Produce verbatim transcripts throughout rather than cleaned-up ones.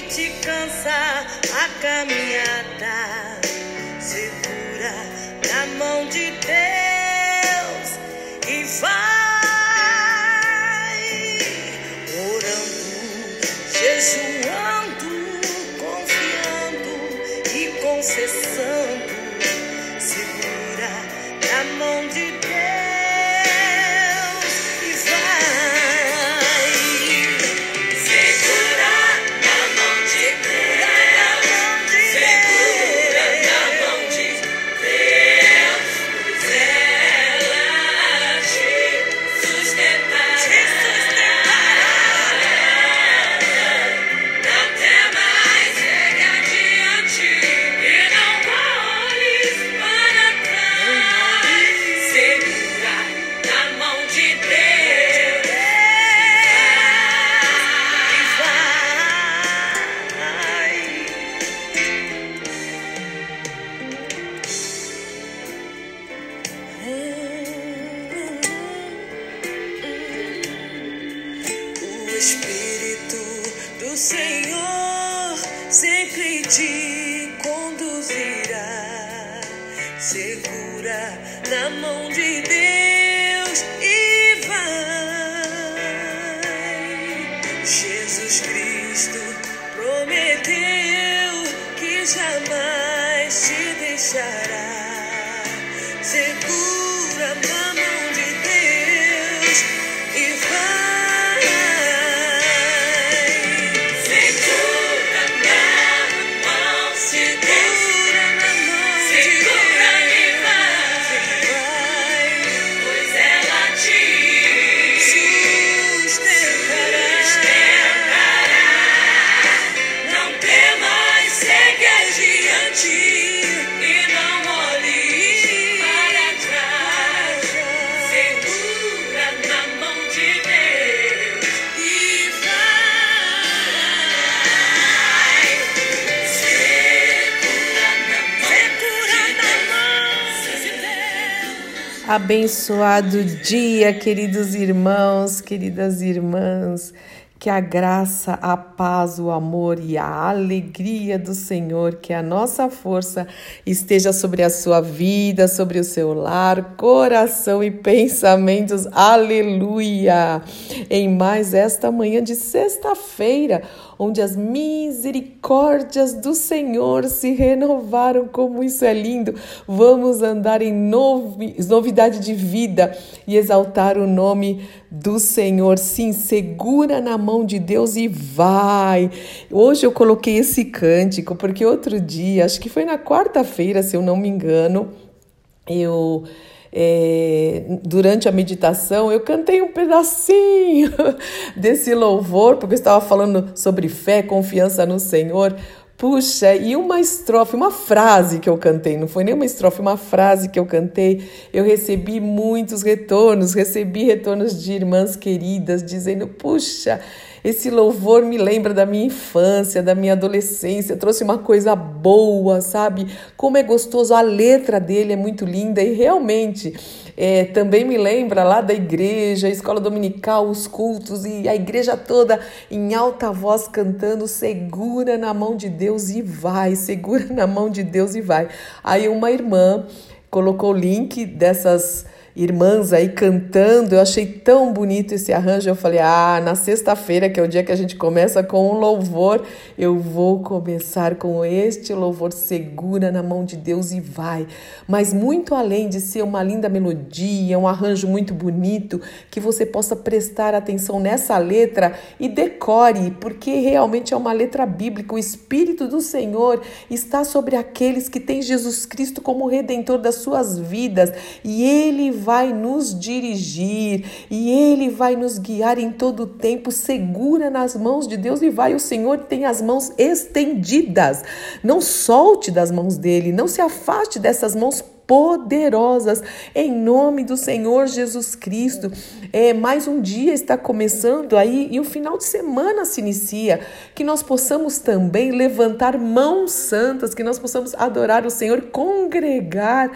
te cansa a caminhada, segura na mão de Deus e vai orando, jejuando, confiando e confessando, segura na mão de Deus. O Espírito do Senhor sempre te conduzirá, segura na mão de Deus e vai. Jesus Cristo prometeu que jamais te deixará, segura na mão de Deus e vai. Abençoado dia, queridos irmãos, queridas irmãs, que a graça, a paz, o amor e a alegria do Senhor, que a nossa força esteja sobre a sua vida, sobre o seu lar, coração e pensamentos, aleluia! Em mais esta manhã de sexta-feira, onde as misericórdias do Senhor se renovaram, como isso é lindo. Vamos andar em novi- novidade de vida e exaltar o nome do Senhor. Sim, segura na mão de Deus e vai. Hoje eu coloquei esse cântico porque outro dia, acho que foi na quarta-feira, se eu não me engano, eu... É, durante a meditação, eu cantei um pedacinho desse louvor, porque eu estava falando sobre fé, confiança no Senhor. Puxa, e uma estrofe, uma frase que eu cantei, não foi nem uma estrofe, uma frase que eu cantei, eu recebi muitos retornos, recebi retornos de irmãs queridas, dizendo, puxa, esse louvor me lembra da minha infância, da minha adolescência, trouxe uma coisa boa, sabe? Como é gostoso, a letra dele é muito linda e realmente é, também me lembra lá da igreja, a escola dominical, os cultos e a igreja toda em alta voz cantando, segura na mão de Deus e vai, segura na mão de Deus e vai. Aí uma irmã colocou o link dessas irmãs aí cantando, eu achei tão bonito esse arranjo, eu falei, ah, na sexta-feira, que é o dia que a gente começa com um louvor, eu vou começar com este louvor, segura na mão de Deus e vai. Mas muito além de ser uma linda melodia, um arranjo muito bonito, que você possa prestar atenção nessa letra e decore, porque realmente é uma letra bíblica, o Espírito do Senhor está sobre aqueles que têm Jesus Cristo como Redentor das suas vidas, e Ele vai nos dirigir e Ele vai nos guiar em todo o tempo. Segura nas mãos de Deus e vai. O Senhor tem as mãos estendidas. Não solte das mãos dele, não se afaste dessas mãos poderosas, em nome do Senhor Jesus Cristo. É, mais um dia está começando aí e o final de semana se inicia, que nós possamos também levantar mãos santas, que nós possamos adorar o Senhor, congregar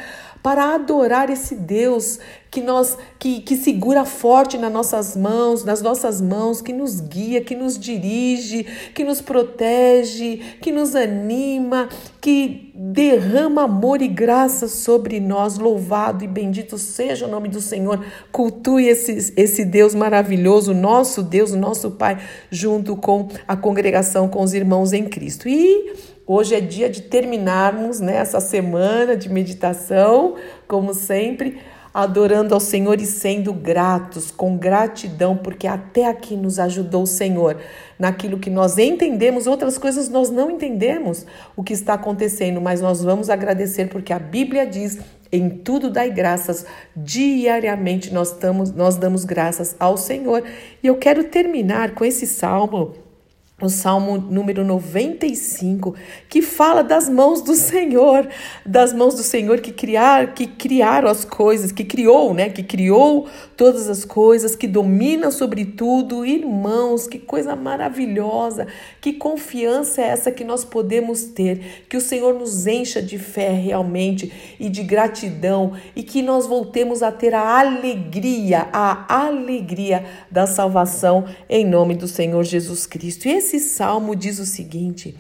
para adorar esse Deus que, nós, que, que segura forte nas nossas mãos, nas nossas mãos, que nos guia, que nos dirige, que nos protege, que nos anima, que derrama amor e graça sobre nós. Louvado e bendito seja o nome do Senhor. Cultue esse, esse Deus maravilhoso, nosso Deus, nosso Pai, junto com a congregação, com os irmãos em Cristo. E hoje é dia de terminarmos, né, essa semana de meditação, como sempre, adorando ao Senhor e sendo gratos, com gratidão, porque até aqui nos ajudou o Senhor. Naquilo que nós entendemos, outras coisas nós não entendemos o que está acontecendo, mas nós vamos agradecer porque a Bíblia diz: em tudo dai graças, diariamente nós, estamos, nós damos graças ao Senhor. E eu quero terminar com esse salmo, o Salmo número noventa e cinco, que fala das mãos do Senhor, das mãos do Senhor que, criar, que criaram as coisas, que criou, né? Que criou todas as coisas, que domina sobre tudo. Irmãos, que coisa maravilhosa, que confiança é essa que nós podemos ter, que o Senhor nos encha de fé realmente e de gratidão e que nós voltemos a ter a alegria, a alegria da salvação em nome do Senhor Jesus Cristo. E esse Esse salmo diz o seguinte: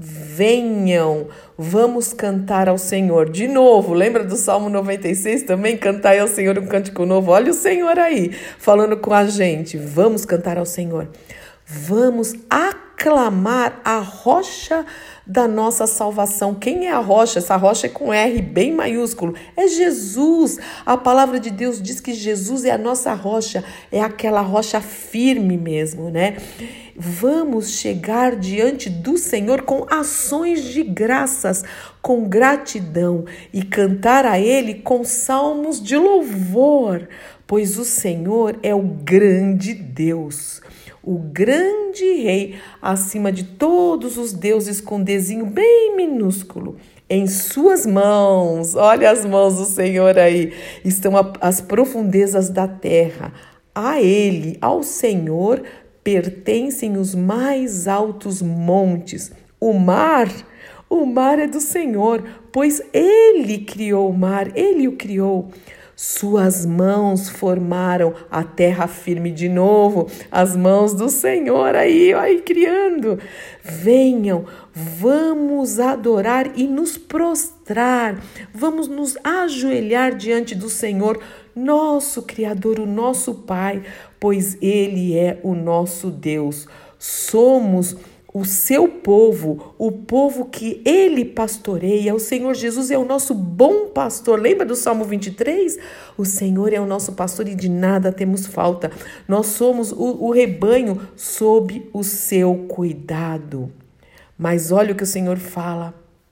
venham, vamos cantar ao Senhor. De novo, lembra do Salmo noventa e seis também? Cantai ao Senhor um cântico novo. Olha o Senhor aí, falando com a gente. Vamos cantar ao Senhor. Vamos aclamar a rocha da nossa salvação. Quem é a rocha? Essa rocha é com R bem maiúsculo. É Jesus. A palavra de Deus diz que Jesus é a nossa rocha. É aquela rocha firme mesmo, né? Vamos chegar diante do Senhor com ações de graças, com gratidão e cantar a Ele com salmos de louvor, pois o Senhor é o grande Deus, o grande Rei, acima de todos os deuses, com desenho bem minúsculo. Em suas mãos, olha as mãos do Senhor aí, estão as profundezas da terra. A Ele, ao Senhor, pertencem os mais altos montes. O mar, o mar é do Senhor, pois Ele criou o mar, Ele o criou. Suas mãos formaram a terra firme. De novo, as mãos do Senhor aí, aí criando. Venham, vamos adorar e nos prostrar, vamos nos ajoelhar diante do Senhor, nosso Criador, o nosso Pai, pois Ele é o nosso Deus. Somos o seu povo, o povo que Ele pastoreia. O Senhor Jesus é o nosso bom pastor. Lembra do Salmo vinte e três? O Senhor é o nosso pastor e de nada temos falta. Nós somos o, o rebanho sob o seu cuidado. Mas olha o que o Senhor fala.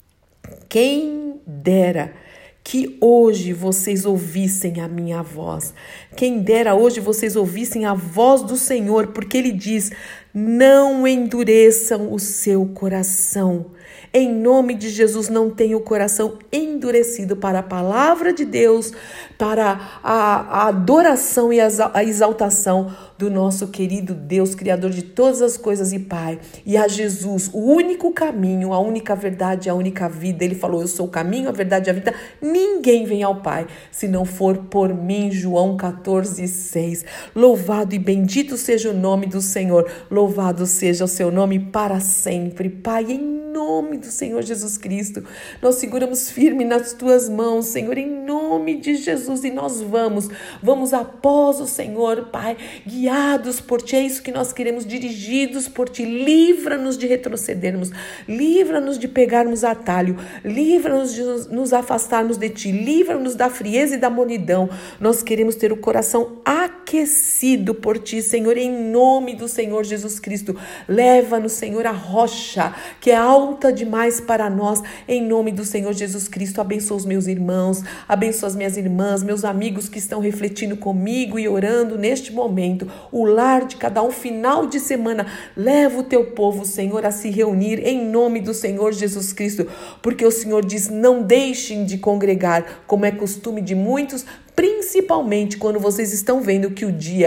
Quem dera que hoje vocês ouvissem a minha voz. Quem dera hoje vocês ouvissem a voz do Senhor, porque Ele diz: não endureçam o seu coração. Em nome de Jesus, não tenha o coração endurecido para a palavra de Deus, para a, a adoração e a exaltação do nosso querido Deus, Criador de todas as coisas e Pai. E a Jesus, o único caminho, a única verdade, a única vida. Ele falou: eu sou o caminho, a verdade e a vida. Ninguém vem ao Pai se não for por mim. João catorze, seis. Louvado e bendito seja o nome do Senhor. Louvado seja o seu nome para sempre. Pai, em nome do Senhor Jesus Cristo, nós seguramos firme nas tuas mãos, Senhor, em nome de Jesus, e nós vamos, vamos após o Senhor, Pai, guiados por Ti. É isso que nós queremos, dirigidos por Ti. Livra-nos de retrocedermos, livra-nos de pegarmos atalho, livra-nos de nos afastarmos de Ti, livra-nos da frieza e da monidão. Nós queremos ter o coração aquecido por Ti, Senhor, em nome do Senhor Jesus Cristo. Leva-nos, Senhor, a rocha que é alta demais para nós, em nome do Senhor Jesus Cristo. Abençoa os meus irmãos, abençoa as minhas irmãs, meus amigos que estão refletindo comigo e orando neste momento. O lar de cada um, final de semana, leva o teu povo, Senhor, a se reunir em nome do Senhor Jesus Cristo, porque o Senhor diz: não deixem de congregar, como é costume de muitos, principalmente quando vocês estão vendo que o dia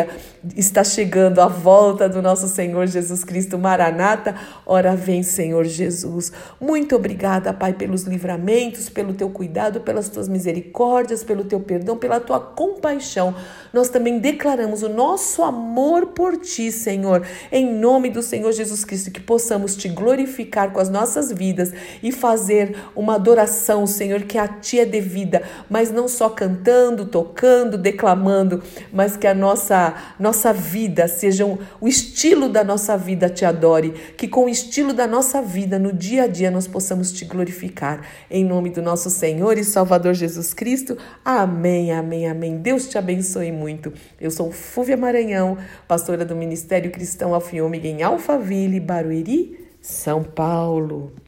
está chegando a volta do nosso Senhor Jesus Cristo, Maranata. Ora vem, Senhor Jesus. Muito obrigada, Pai, pelos livramentos, pelo teu cuidado, pelas tuas misericórdias, pelo teu perdão, pela tua compaixão. Nós também declaramos o nosso amor por ti, Senhor, em nome do Senhor Jesus Cristo, que possamos te glorificar com as nossas vidas e fazer uma adoração, Senhor, que a ti é devida, mas não só cantando, tocando, declamando, mas que a nossa, nossa vida seja um, o estilo da nossa vida te adore, que com o estilo da nossa vida, no dia a dia, nós possamos te glorificar. Em nome do nosso Senhor e Salvador Jesus Cristo. Amém, amém, amém. Deus te abençoe muito. Eu sou Fúvia Maranhão, pastora do Ministério Cristão Alfa e Ômega em Alphaville, Barueri, São Paulo.